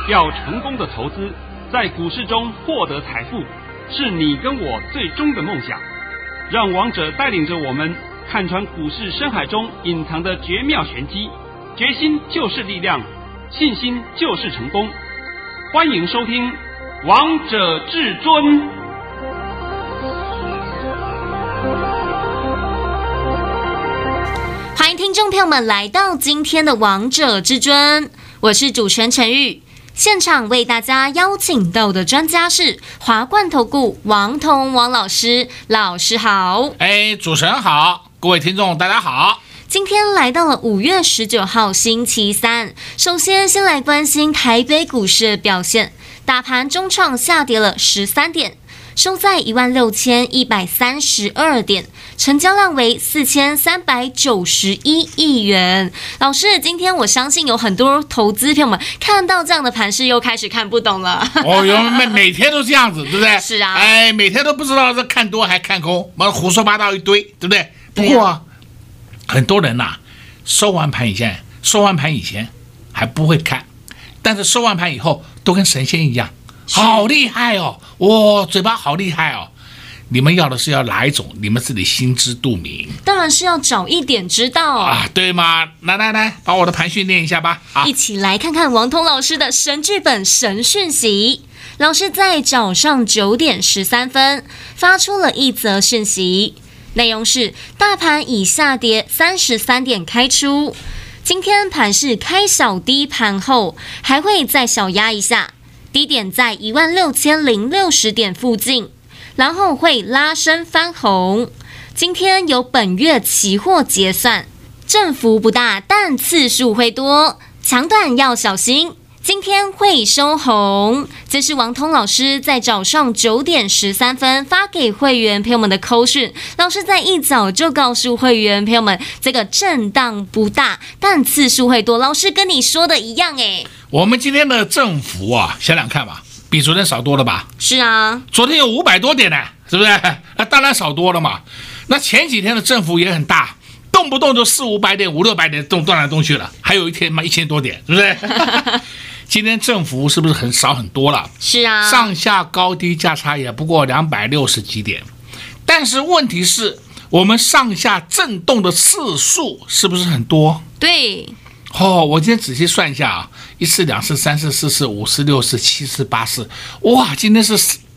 要成功的投资，在股市中获得财富，是你跟我最终的梦想。让王者带领着我们看穿股市深海中隐藏的绝妙玄机，决心就是力量，信心就是成功。欢迎收听《王者至尊》。 欢迎听众朋友们来到今天的《王者至尊》，我是主持人陈玉。现场为大家邀请到的专家是华冠投顾王彤王老师，老师好。 主持人好，各位听众大家好。 今天来到了5月19号星期三，首先来关心台北股市的表现，大盘中创下跌了13点，收在16132点，成交量为4391亿元。老师，今天我相信有很多投资朋友们看到这样的盘势又开始看不懂了。 每天都这样子，对不对？ 是啊， 每天都不知道是看多还看空，胡说八道一堆，对不对？不过很多人收完盘以前还不会看，但是收完盘以后都跟神仙一样，好厉害哦！嘴巴好厉害哦！你们要的是要哪一种？你们自己心知肚明。 当然是要早一点知道对吗？来，把我的盘训练一下吧。 一起来看看王彤老师的神剧本神讯息。老师在早上9点13分发出了一则讯息，内容是大盘以下跌33点开出，今天盘是开小低盘后还会再小压一下，低点在16060点附近，然后会拉升翻红。今天有本月期货结算，振幅不大，但次数会多，强短要小心。今天会收红，这是王彤老师在早上9点13分发给会员朋友们的扣讯。老师在一早就告诉会员朋友们，这个震荡不大，但次数会多。老师跟你说的一样我们今天的振幅想想看吧，比昨天少多了吧？ 是啊， 昨天有500多点呢，是不是？那当然少多了嘛。那前几天的振幅也很大，动不动就400-500点、500-600点动来动去了，还有一天1000多点，是不是？今天振幅是不是很少很多了？ 是啊， 上下高低价差也不过260几点，但是问题是我们上下震动的次数是不是很多？ 对。 我今天仔细算一下1次、2次、3次、4次、5次、6次、7次、8次，哇，今天是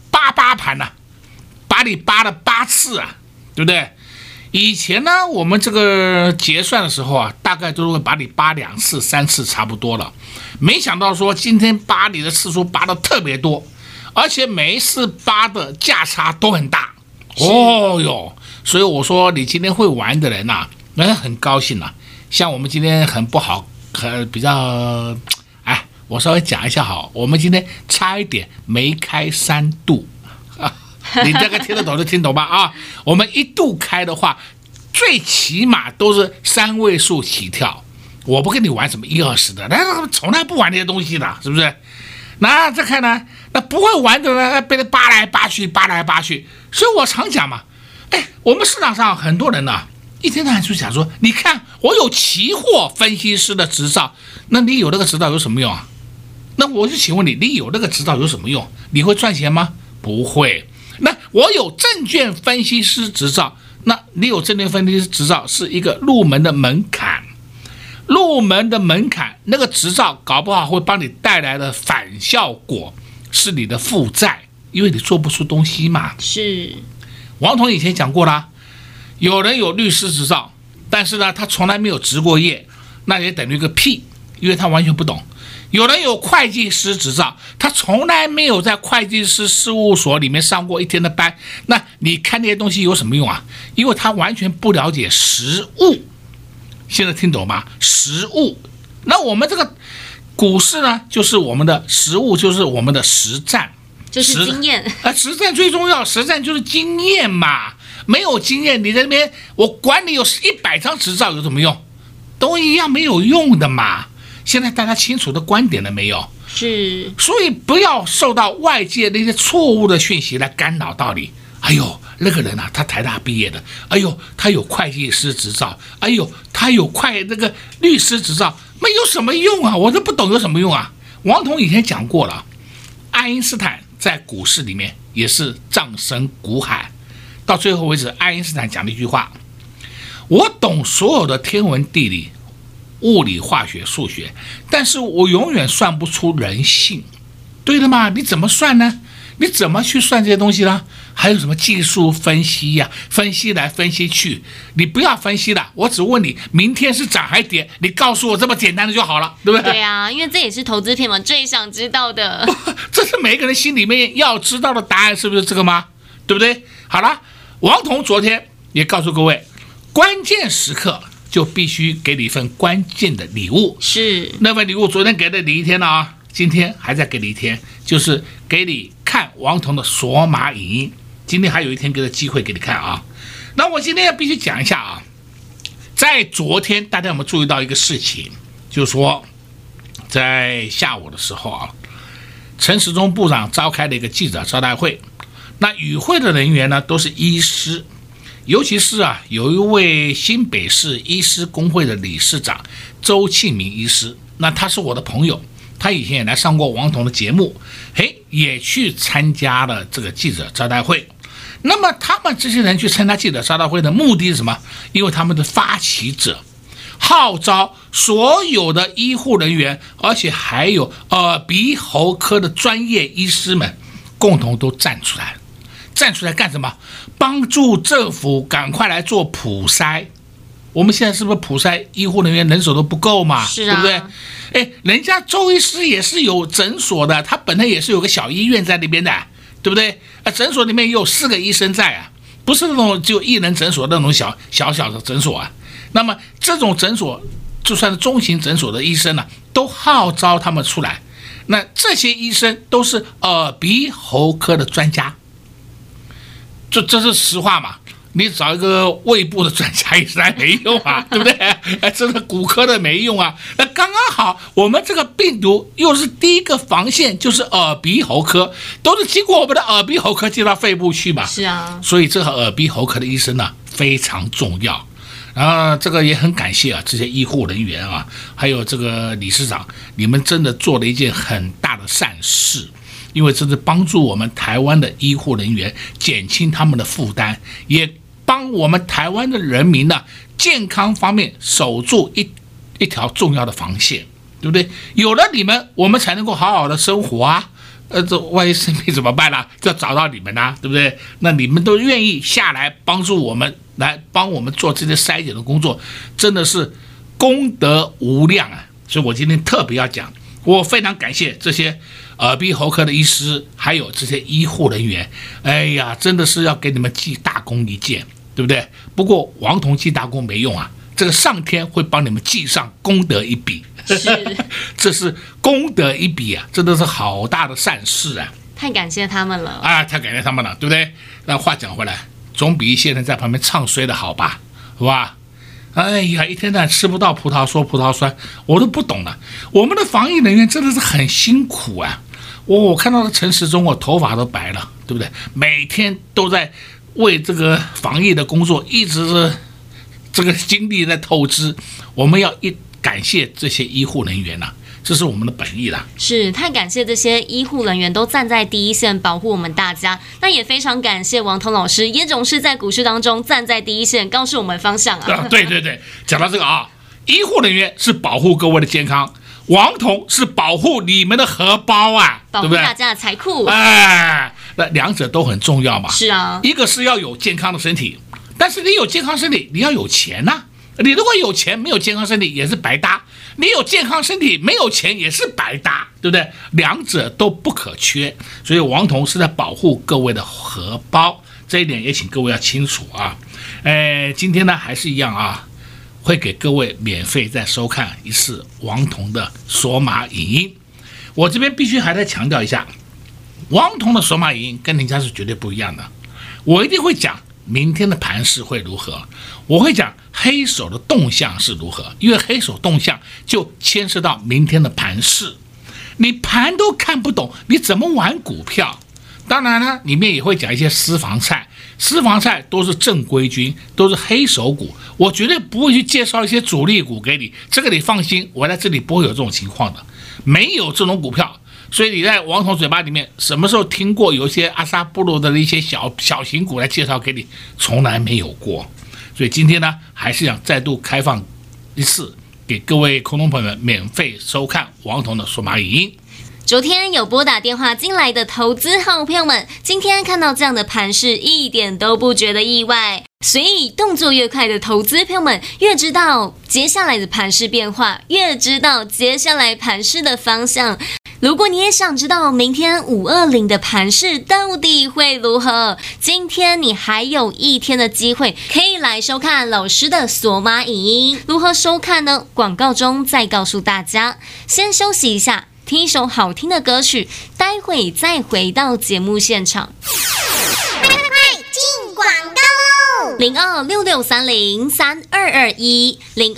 88盘把你扒了8次对不对？以前呢，我们这个结算的时候大概都会把你扒2次、3次差不多了。没想到说今天扒你的次数扒的特别多，而且每一次扒的价差都很大。所以我说你今天会玩的人很高兴像我们今天很不好，比较我稍微讲一下好，我们今天差一点没开3度你这个听得懂就听懂吧我们1度开的话，最起码都是3位数起跳。我不跟你玩什么1-20的，那从来不玩这些东西的，是不是？那再看呢，那不会玩的呢，被他扒来扒去。所以我常讲嘛，我们市场上很多人一天到晚就讲说，你看我有期货分析师的执照，那你有那个执照有什么用那我就请问你，你有那个执照有什么用？你会赚钱吗？不会。那我有证券分析师执照，那你有证券分析师执照是一个入门的门槛，那个执照搞不好会帮你带来的反效果是你的负债，因为你做不出东西嘛。 是王彤以前讲过啦，有人有律师执照，但是呢他从来没有执过业，那也等于个屁，因为他完全不懂。有人有会计师执照，他从来没有在会计师事务所里面上过1天的班，那你看那些东西有什么用因为他完全不了解实务。现在听懂吗？实务。那我们这个股市呢，就是我们的实务，就是我们的实战， 就是经验实战最重要，实战就是经验嘛。没有经验，你在那边我管你有100张执照有什么用？都一样没有用的嘛。现在大家清楚的观点了没有？ 是， 所以不要受到外界那些错误的讯息来干扰到你。那个人他台大毕业的，他有会计师执照，他有那个律师执照，没有什么用我都不懂有什么用王彤以前讲过了，爱因斯坦在股市里面也是葬身股海，到最后为止，爱因斯坦讲了一句话：我懂所有的天文地理、物理、化学、数学，但是我永远算不出人性。对了嘛，你怎么算呢？你怎么去算这些东西呢？还有什么技术分析呀？分析来分析去，你不要分析了，我只问你明天是涨还跌，你告诉我这么简单的就好了，对不对？ 对啊，因为这也是投资朋友们最想知道的。 这是每个人心里面要知道的答案，是不是这个吗？对不对？好了，王彤昨天也告诉各位，关键时刻就必须给你一份关键的礼物。 是那份礼物昨天给了你一天了啊，今天还在给你一天，就是给你看王彤的索马影音。今天还有一天给的机会给你看啊。那我今天要必须讲一下啊，在昨天大家有没有注意到一个事情，就是说在下午的时候啊，陈时中部长召开了一个记者招待会，那与会的人员呢都是医师，尤其是有一位新北市医师工会的理事长周庆明医师，那他是我的朋友，他以前也来上过王彤的节目，也去参加了这个记者招待会。那么他们这些人去参加记者招待会的目的是什么？因为他们的发起者号召所有的医护人员，而且还有耳鼻喉科的专业医师们共同都站出来。站出来干什么？帮助政府赶快来做普筛。我们现在是不是普筛医护人员人手都不够嘛？ 是啊， 对不对？人家周医师也是有诊所的，他本来也是有个小医院在那边的，对不对？诊所里面也有4个医生在啊，不是那种就一人诊所那种小的诊所啊。那么这种诊所，就算是中型诊所的医生呢，都号召他们出来。那这些医生都是耳鼻喉科的专家，这是实话嘛？你找一个胃部的专家医生还没用啊，对不对？这个骨科的没用啊。那刚刚好，我们这个病毒又是第一个防线，就是耳鼻喉科，都是经过我们的耳鼻喉科进到肺部去嘛。 是啊， 所以这个耳鼻喉科的医生呢非常重要。然后这个也很感谢这些医护人员还有这个理事长，你们真的做了一件很大的善事。因为这是帮助我们台湾的医护人员减轻他们的负担，也帮我们台湾的人民呢健康方面守住一条重要的防线，对不对？有了你们，我们才能够好好的生活啊。这万一生病怎么办呢？就要找到你们啊，对不对？那你们都愿意下来帮助我们，来帮我们做这些筛检的工作，真的是功德无量啊！所以我今天特别要讲，我非常感谢这些耳鼻喉科的医师，还有这些医护人员。哎呀，真的是要给你们记大功一件，对不对？不过王彤记大功没用啊，这个上天会帮你们记上功德一笔。这是功德一笔啊，真的是好大的善事啊！ 太感谢他们了啊，太感谢他们了，对不对？那话讲回来，总比一些人在旁边唱衰的好吧，是吧？哎呀，一天到晚吃不到葡萄说葡萄酸，我都不懂了。我们的防疫人员真的是很辛苦啊！我看到了陈时中，我头发都白了，对不对？每天都在为这个防疫的工作一直是这个精力在透支。我们要感谢这些医护人员这是我们的本意啦。 是，太感谢这些医护人员都站在第一线保护我们大家。那也非常感谢王彤老师，也总是在股市当中站在第一线，告诉我们方向啊。 对对对，讲到这个医护人员是保护各位的健康，王彤是保护你们的荷包啊， 保护大家的财库。 那两者都很重要嘛。 是啊， 一个是要有健康的身体，但是你有健康身体，你要有钱啊。你如果有钱没有健康身体也是白搭，你有健康身体没有钱也是白搭，对不对？两者都不可缺，所以王彤是在保护各位的荷包，这一点也请各位要清楚啊。今天呢还是一样会给各位免费再收看一次王彤的索马影音。我这边必须还在强调一下，王彤的索马影音跟人家是绝对不一样的。我一定会讲明天的盘势会如何，我会讲黑手的动向是如何，因为黑手动向就牵涉到明天的盘势。你盘都看不懂，你怎么玩股票？ 当然呢，里面也会讲一些私房菜，私房菜都是正规军，都是黑手股，我绝对不会去介绍一些主力股给你，这个你放心，我在这里不会有这种情况的，没有这种股票。所以你在王彤嘴巴里面什么时候听过有一些阿萨布鲁的一些小型股来介绍给你？从来没有过。所以今天呢，还是想再度开放一次，给各位空中朋友们免费收看王彤的数码影音。 昨天有拨打电话进来的投资好朋友们，今天看到这样的盘势，一点都不觉得意外。所以动作越快的投资朋友们，越知道接下来的盘势变化，越知道接下来盘势的方向。如果你也想知道明天520的盘势到底会如何，今天你还有一天的机会可以来收看老师的索马影音。如何收看呢？广告中再告诉大家。先休息一下，听一首好听的歌曲，待会再回到节目现场。 快进广告 0266303221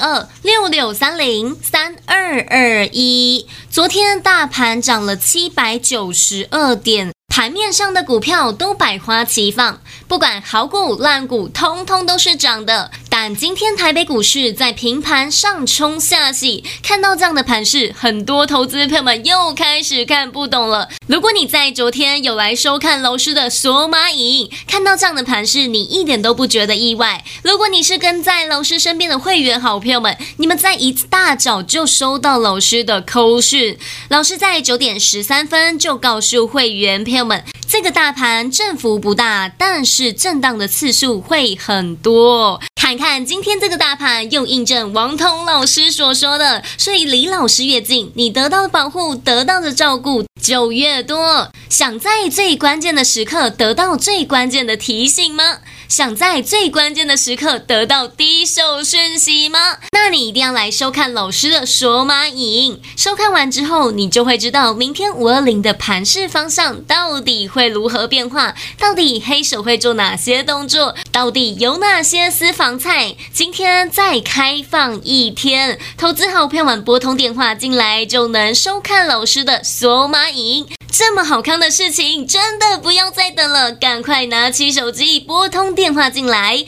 0266303221。昨天大盘涨了792点，盘面上的股票都百花齐放，不管好股烂股，通通都是涨的。但今天台北股市在平盘上冲下洗，看到这样的盘势，很多投资朋友们又开始看不懂了。如果你在昨天有来收看老师的索马影，看到这样的盘势，你一点都不觉得意外。如果你是跟在老师身边的会员好朋友们，你们在一大早就收到老师的扣讯，老师在9点13分就告诉会员朋友们，这个大盘振幅不大，但是震荡的次数会很多。看看今天这个大盘，又印证王彤老师所说的，所以离老师越近，你得到的保护，得到的照顾就越多。想在最关键的时刻得到最关键的提醒吗？想在最关键的时刻得到第一手讯息吗？那你一定要来收看老师的索马影。收看完之后，你就会知道明天520的盘势方向到底会如何变化，到底黑手会做哪些动作，到底有哪些私房菜。今天再开放一天，投资好朋友们拨通电话进来就能收看老师的索马影。这么好看的事情，真的不要再等了，赶快拿起手机拨通电话进来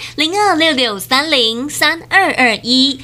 ，0266303221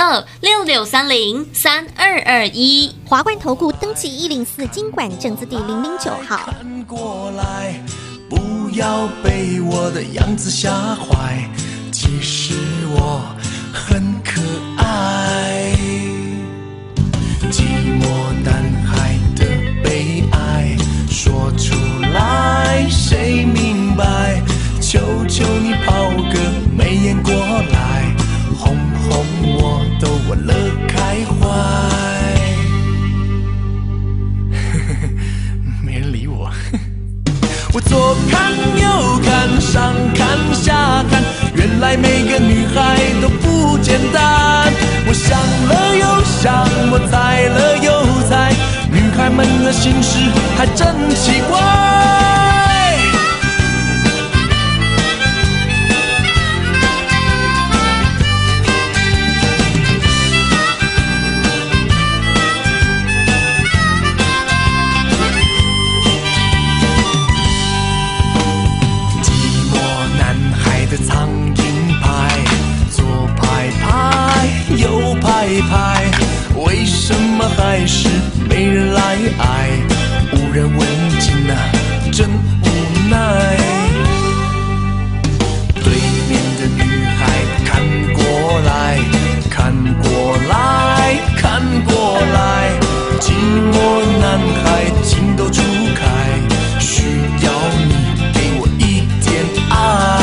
0266303221。 华冠投顾登记104金管证字第009号。 看过来，不要被我的样子吓坏，其实我很可爱。寂寞男孩的悲哀说出来谁明白，求求你抛个媚眼过来，哄哄我逗我乐开怀。没人理我。我左看右看上看下看，原来每个女孩都不简单。我想了又想，我猜了又猜，女孩们的心事还真奇怪。苍蝇拍，左拍拍，右拍拍，为什么还是没人来爱？无人问津啊，真无奈。对面的女孩看过来，看过来，看过来，寂寞男孩情窦初开，需要你给我一点爱。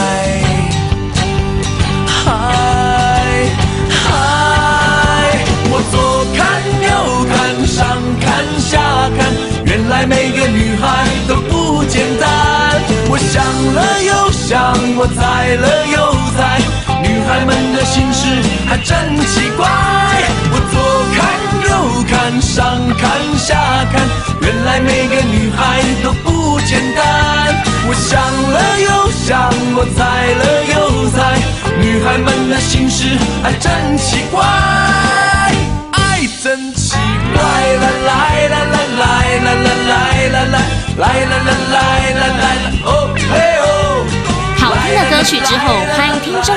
原来每个女孩都不简单，我想了又想，我猜了又猜，女孩们的心事还真奇怪。我左看右看上看下看，原来每个女孩都不简单。我想了又想，我猜了又猜，女孩们的心事还真奇怪。爱真奇怪，啦啦啦啦啦啦啦啦啦啦啦啦啦啦啦。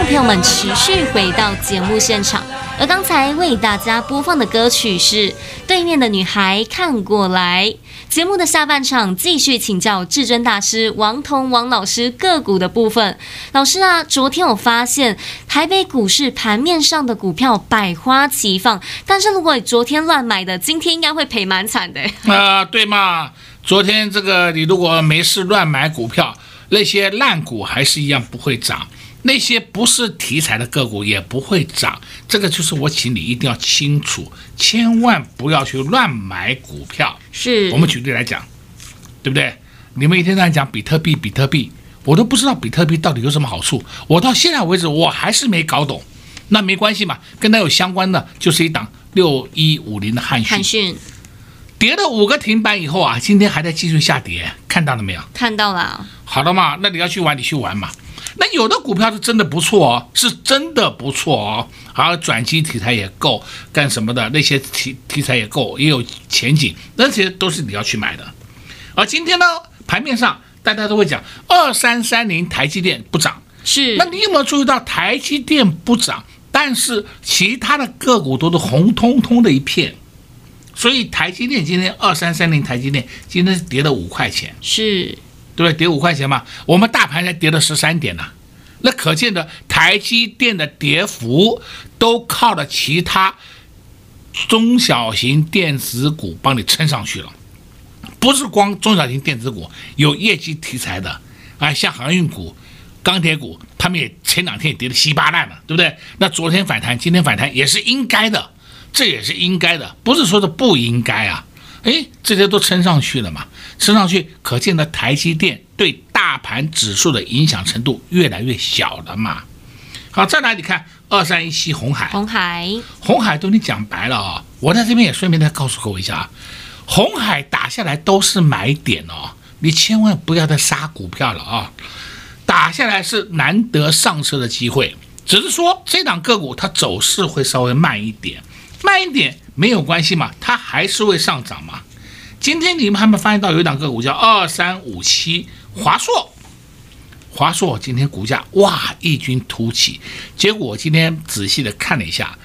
众朋友们持续回到节目现场，而刚才为大家播放的歌曲是《对面的女孩看过来》。节目的下半场继续请教至尊大师王彤王老师个股的部分。老师啊，昨天我发现台北股市盘面上的股票百花齐放，但是如果你昨天乱买的，今天应该会赔蛮惨的。 对嘛？昨天这个你如果没事乱买股票，那些烂股还是一样不会涨，那些不是题材的个股也不会涨。这个就是我请你一定要清楚，千万不要去乱买股票。 是我们举例来讲，对不对？你们一天在讲比特币，我都不知道比特币到底有什么好处，我到现在为止我还是没搞懂。那没关系嘛，跟它有相关的就是一档6150的汉讯，跌了5个停板以后啊，今天还在继续下跌，看到了没有？ 看到了。 好的嘛，那你要去玩，你去玩嘛。那有的股票是真的不错哦，是真的不错哦，好，转机题材也够，干什么的那些题材也够，也有前景，那些都是你要去买的。而今天呢，盘面上大家都会讲2330台积电不涨， 是。 那你有没有注意到台积电不涨，但是其他的个股都是红彤彤的一片？所以台积电今天2330台积电今天是跌了5块钱， 是， 对不对？跌5块钱嘛，我们大盘才跌了13点呢，那可见的台积电的跌幅都靠了其他中小型电子股帮你撑上去了，不是光中小型电子股，有业绩题材的啊，像航运股、钢铁股，他们也前2天也跌得稀巴烂了，对不对？那昨天反弹，今天反弹也是应该的。这也是应该的，不是说的不应该啊。这些都撑上去了嘛，撑上去可见的台积电对大盘指数的影响程度越来越小了嘛。好，再来你看2317红海都你讲白了啊，我在这边也顺便再告诉各位一下啊，红海打下来都是买点哦，你千万不要再杀股票了啊，打下来是难得上车的机会，只是说这档个股它走势会稍微慢一点没有关系嘛，它还是会上涨嘛。今天你们还没发现到有一档个股叫2357华硕今天股价哇异军突起，结果我今天仔细的看了一下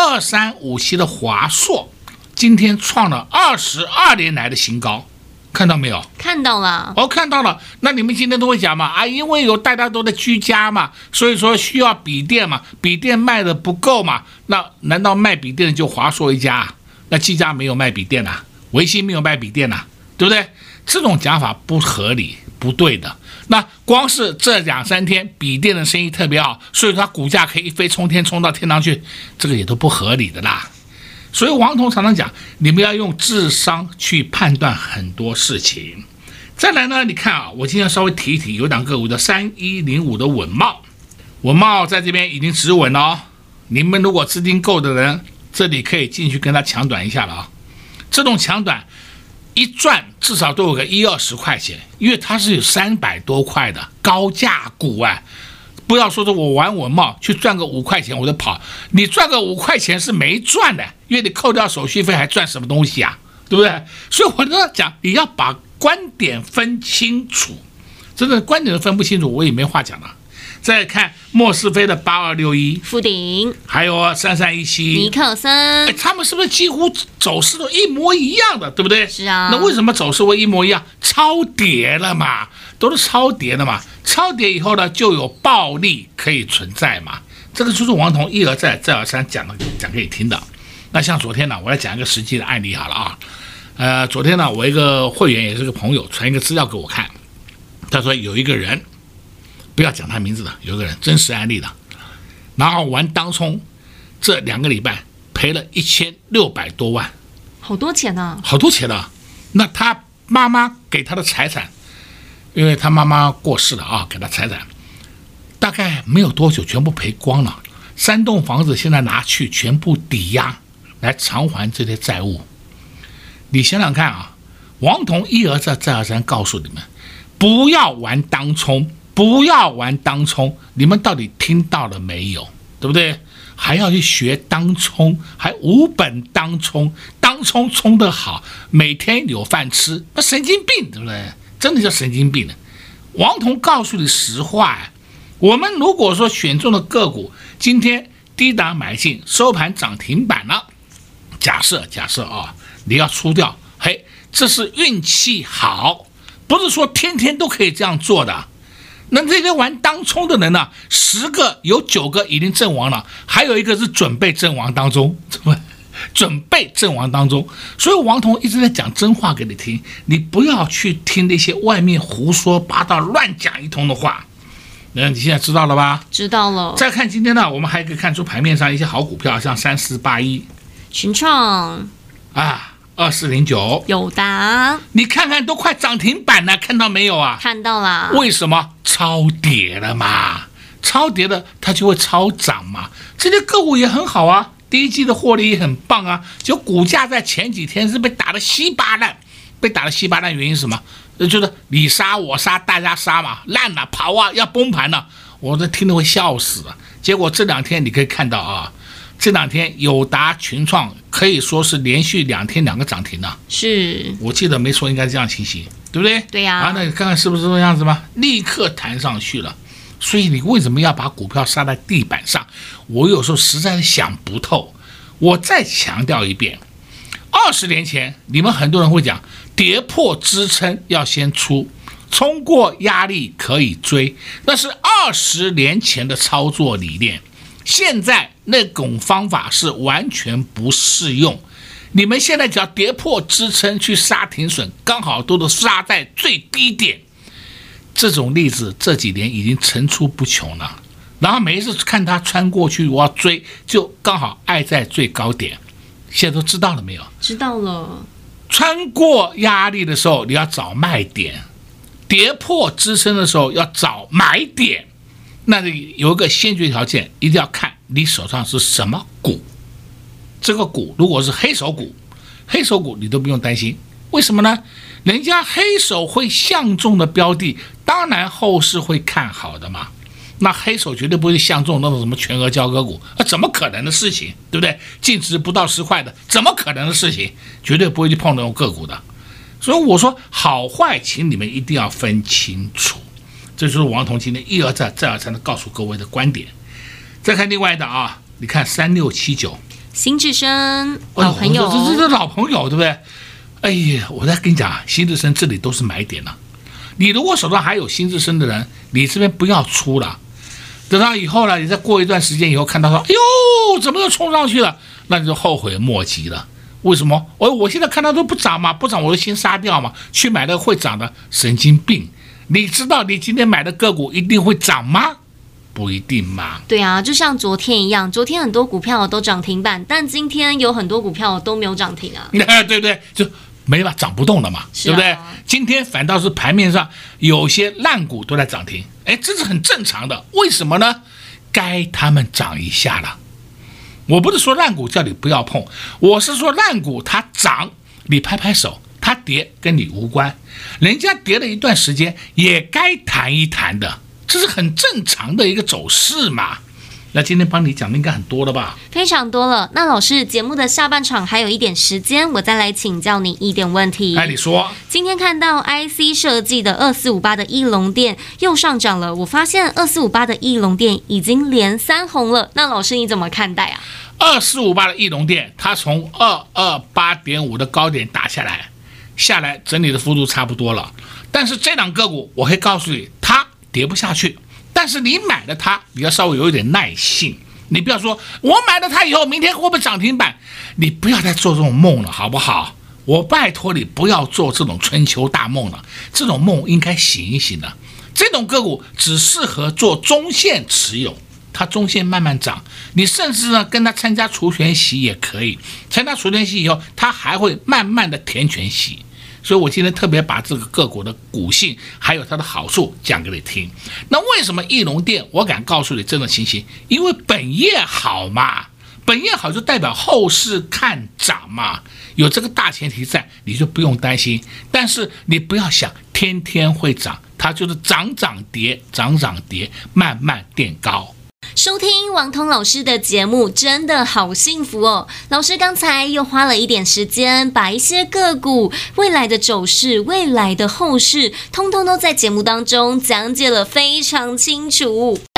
，2357的华硕今天创了22年来的新高，看到没有？ 看到了。 看到了。那你们今天都会讲嘛，因为有大家都在居家嘛，所以说需要笔电嘛，笔电卖的不够嘛，那难道卖笔电的就华硕一家啊？那技嘉没有卖笔电啊，微星没有卖笔电啊，对不对？这种讲法不合理，不对的。那光是这2-3天笔电的生意特别好，所以它股价可以一飞冲天冲到天上去，这个也都不合理的啦。所以王彤常常讲，你们要用智商去判断很多事情。再来呢，你看啊，我今天稍微提一提，有档个股的3105的稳茂在这边已经止稳了哦。你们如果资金够的人，这里可以进去跟他抢短一下了啊。这种抢短一赚至少都有个10-20块钱，因为它是有300多块的高价股啊。不要说我玩稳茂去赚个5块钱我就跑，你赚个5块钱是没赚的，因为你扣掉手续费还赚什么东西啊，对不对？所以我都要讲，你要把观点分清楚，真的观点都分不清楚，我也没话讲了。再看莫斯菲的8261 富鼎， 还有3317 尼克森， 他们是不是几乎走势都一模一样的，对不对？ 是啊。 那为什么走势会一模一样？超跌了嘛，都是超跌的嘛。超跌以后呢，就有暴利可以存在嘛。这个就是王彤一而再再而三讲给你听的。那像昨天呢，我来讲一个实际的案例好了啊。昨天呢，我一个会员也是个朋友传一个资料给我看，他说有一个人，不要讲他名字的，有一个人真实案例的，然后玩当冲，这2个礼拜赔了1600多万， 好多钱呢， 好多钱呢。那他妈妈给他的财产，因为他妈妈过世了啊，给他财产大概没有多久全部赔光了，3栋房子现在拿去全部抵押来偿还这些债务。你想想看啊，王彤一而再再而三告诉你们，不要玩当冲，不要玩当冲，你们到底听到了没有？对不对？还要去学当冲，还无本当冲，当冲冲得好，每天有饭吃，那神经病，对不对？真的叫神经病了。王彤告诉你实话， 我们如果说选中的个股今天低档买进，收盘涨停板了，假设啊，你要出掉，嘿，这是运气好，不是说天天都可以这样做的。那这些玩当冲的人呢，10个有9个已经阵亡了，还有一个是准备阵亡当中，准备阵亡当中。所以王彤一直在讲真话给你听，你不要去听那些外面胡说八道、乱讲一通的话。那你现在知道了吧？ 知道了。 再看今天呢，我们还可以看出盘面上一些好股票，像3481 群创啊，2409 友达， 你看看都快涨停板了，看到没有啊？ 看到啦。 为什么？超跌了嘛，超跌了它就会超涨嘛。这些个股也很好啊，第一季的获利也很棒啊，就股价在前几天是被打得稀巴烂，原因是什么？就是你杀我杀大家杀嘛，烂了跑啊，要崩盘了，我这听得会笑死啊。结果这2天你可以看到啊，这2天友达、群创可以说是连续2天2个涨停了。 是， 我记得没错，应该这样情形，对不对？ 对呀。 那你看看是不是这个样子吗？立刻弹上去了。所以你为什么要把股票杀在地板上？我有时候实在是想不透。我再强调一遍，20年前你们很多人会讲，跌破支撑要先出，冲过压力可以追，那是20年前的操作理念。现在那种方法是完全不适用。你们现在只要跌破支撑去杀停损，刚好都是杀在最低点。这种例子这几年已经层出不穷了。然后每一次看它穿过去，我要追，就刚好挨在最高点。现在都知道了没有？ 知道了。 穿过压力的时候，你要找卖点；跌破支撑的时候，要找买点。那有一个先决条件，一定要看你手上是什么股。这个股如果是黑手股你都不用担心。为什么呢？人家黑手会相中的标的，当然后市会看好的嘛。那黑手绝对不会相中那种什么全额交割股，怎么可能的事情，对不对？净值不到10块的，怎么可能的事情？绝对不会去碰那种个股的。所以我说好坏，请你们一定要分清楚。这就是王彤今天一而再再而三的告诉各位的观点。再看另外的啊，你看3679 新智深老朋友， 这老朋友，对不对？哎呀，我在跟你讲，新智深这里都是买点了。你如果手上还有新智深的人，你这边不要出了。等到以后呢，你再过一段时间以后看到说，哎呦，怎么又冲上去了？那你就后悔莫及了。为什么？我现在看到都不涨嘛，不涨我就先杀掉嘛，去买那个会涨的，神经病！你知道你今天买的个股一定会涨吗？不一定嘛。 对啊，就像昨天一样，昨天很多股票都涨停板，但今天有很多股票都没有涨停啊。 对不对？就没办法，涨不动了嘛，对不对？今天反倒是盘面上有些烂股都在涨停，这是很正常的。为什么呢？该他们涨一下了。我不是说烂股叫你不要碰，我是说烂股它涨，你拍拍手，它跌跟你无关。人家跌了一段时间，也该谈一谈的，这是很正常的一个走势嘛。那今天帮你讲的应该很多了吧？ 非常多了。那老师，节目的下半场还有一点时间，我再来请教你一点问题。 你说。 今天看到 IC 设计的2458的义隆电又上涨了，我发现2458的义隆电已经连3红了。那老师你怎么看待啊 ？2458的义隆电，它从228.5的高点打下来整理的幅度差不多了。但是这档个股，我会告诉你，它跌不下去。但是你买了它，你要稍微有一点耐性。你不要说我买了它以后，明天会不会涨停板？你不要再做这种梦了，好不好？我拜托你不要做这种春秋大梦了，这种梦应该醒一醒了。这种个股只适合做中线持有，它中线慢慢涨，你甚至呢跟它参加除权息也可以。参加除权息以后，它还会慢慢的填权息。所以我今天特别把这个个股的股性还有它的好处讲给你听。那为什么义隆电我敢告诉你这种情形？因为本业好嘛，本业好就代表后市看涨嘛，有这个大前提在，你就不用担心。但是你不要想天天会涨，它就是涨涨跌，慢慢垫高。 收听王彤老师的节目真的好幸福哦！老师刚才又花了一点时间，把一些个股未来的走势、未来的后市，通通都在节目当中讲解了非常清楚。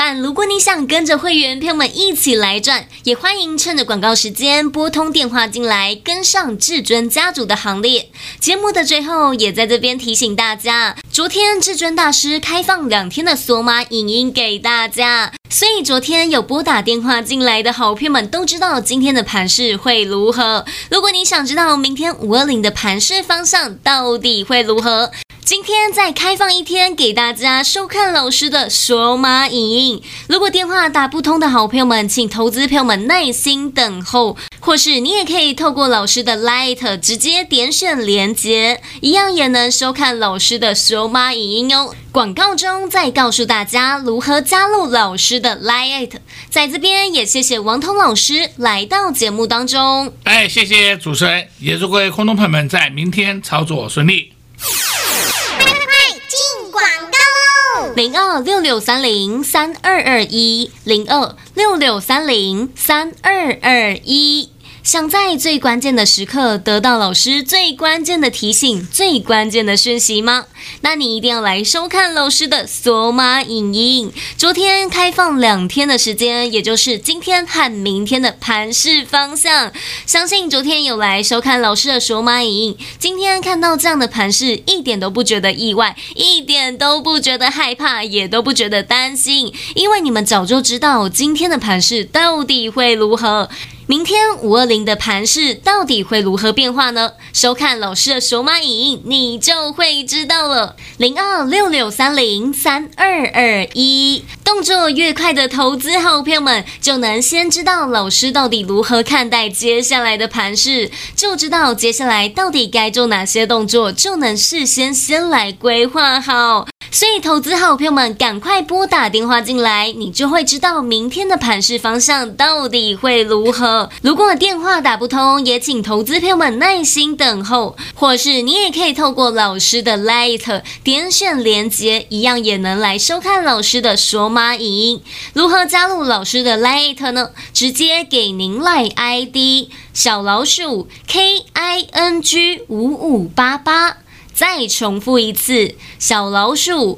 但如果你想跟着会员朋友们一起来赚，也欢迎趁着广告时间拨通电话进来，跟上至尊家族的行列。节目的最后，也在这边提醒大家，昨天至尊大师开放2天的索马影音给大家，所以昨天有拨打电话进来的好朋友们都知道今天的盘势会如何。如果你想知道明天520的盘势方向到底会如何，今天再开放1天给大家收看老师的索马影音。如果电话打不通的好朋友们，请投资朋友们耐心等候，或是你也可以透过老师的 Light 直接点选连结，一样也能收看老师的索马影音哦。广告中再告诉大家如何加入老师的 Light。在这边也谢谢王彤老师来到节目当中。 谢谢主持人，也祝各位空中朋友们在明天操作顺利。 0266303221，0266303221。想在最关键的时刻得到老师最关键的提醒、最关键的讯息吗？那你一定要来收看老师的索马影音。昨天开放2天的时间，也就是今天和明天的盘势方向。相信昨天有来收看老师的索马影音，今天看到这样的盘势，一点都不觉得意外，一点都不觉得害怕，也都不觉得担心，因为你们早就知道今天的盘势到底会如何。明天520的盘势到底会如何变化呢？收看老师的索马影音，你就会知道了。0266303221，动作越快的投资好朋友们，就能先知道老师到底如何看待接下来的盘势，就知道接下来到底该做哪些动作，就能事先来规划好。所以投资好朋友们赶快拨打电话进来，你就会知道明天的盘势方向到底会如何。如果电话打不通，也请投资朋友们耐心等候，或是你也可以透过老师的 Light 点选连结，一样也能来收看老师的索马影音。如何加入老师的 Light 呢？直接给您 Line ID 小老鼠 KING5588，再重复一次，小老鼠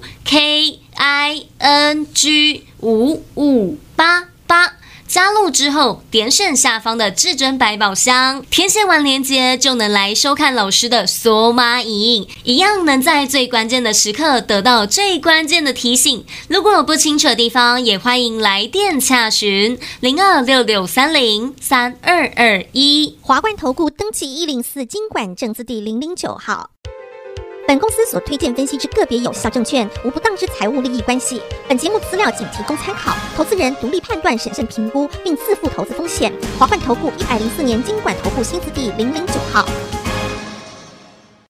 KING5588。加入之后，点选下方的至尊百宝箱，填写完连结就能来收看老师的索马影音，一样能在最关键的时刻得到最关键的提醒。如果有不清楚的地方，也欢迎来电洽询0266303221。 华冠投顾登记104金管证字第009号。本公司所推荐分析之个别有效证券，无不当之财务利益关系。本节目资料仅提供参考，投资人独立判断、审慎评估，并自负投资风险。华冠投顾104年金管投顾新字第009号。